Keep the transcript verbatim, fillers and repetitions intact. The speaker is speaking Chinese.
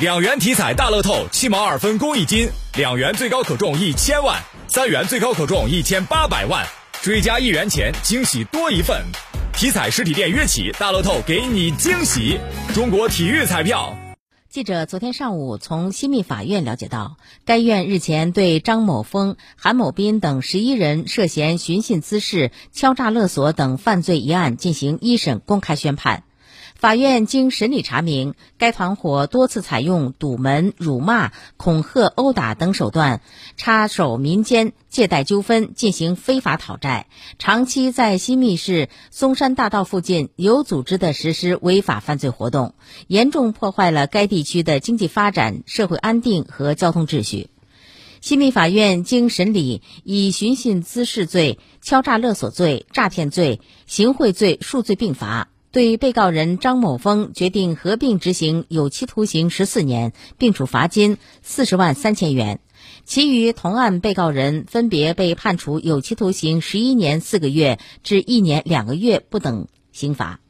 两元体彩大乐透，七毛二分公益金，两元最高可中一千万，三元最高可中一千八百万，追加一元钱，惊喜多一份。体彩实体店约起，大乐透给你惊喜。中国体育彩票。 记者昨天上午从新密法院了解到，该院日前对张某峰、韩某斌等十一人涉嫌寻衅滋事、敲诈勒索等犯罪一案进行一审公开宣判。法院经审理查明，该团伙多次采用堵门、辱骂、恐吓、殴打等手段，插手民间借贷纠纷，进行非法讨债，长期在新密市松山大道附近有组织地实施违法犯罪活动，严重破坏了该地区的经济发展、社会安定和交通秩序。新密法院经审理，以寻衅滋事罪、敲诈勒索罪、诈骗罪、行贿罪数罪并罚，对被告人张某峰决定合并执行有期徒刑十四年，并处罚金四十万三千元。其余同案被告人分别被判处有期徒刑十一年四个月至一年两个月不等刑罚。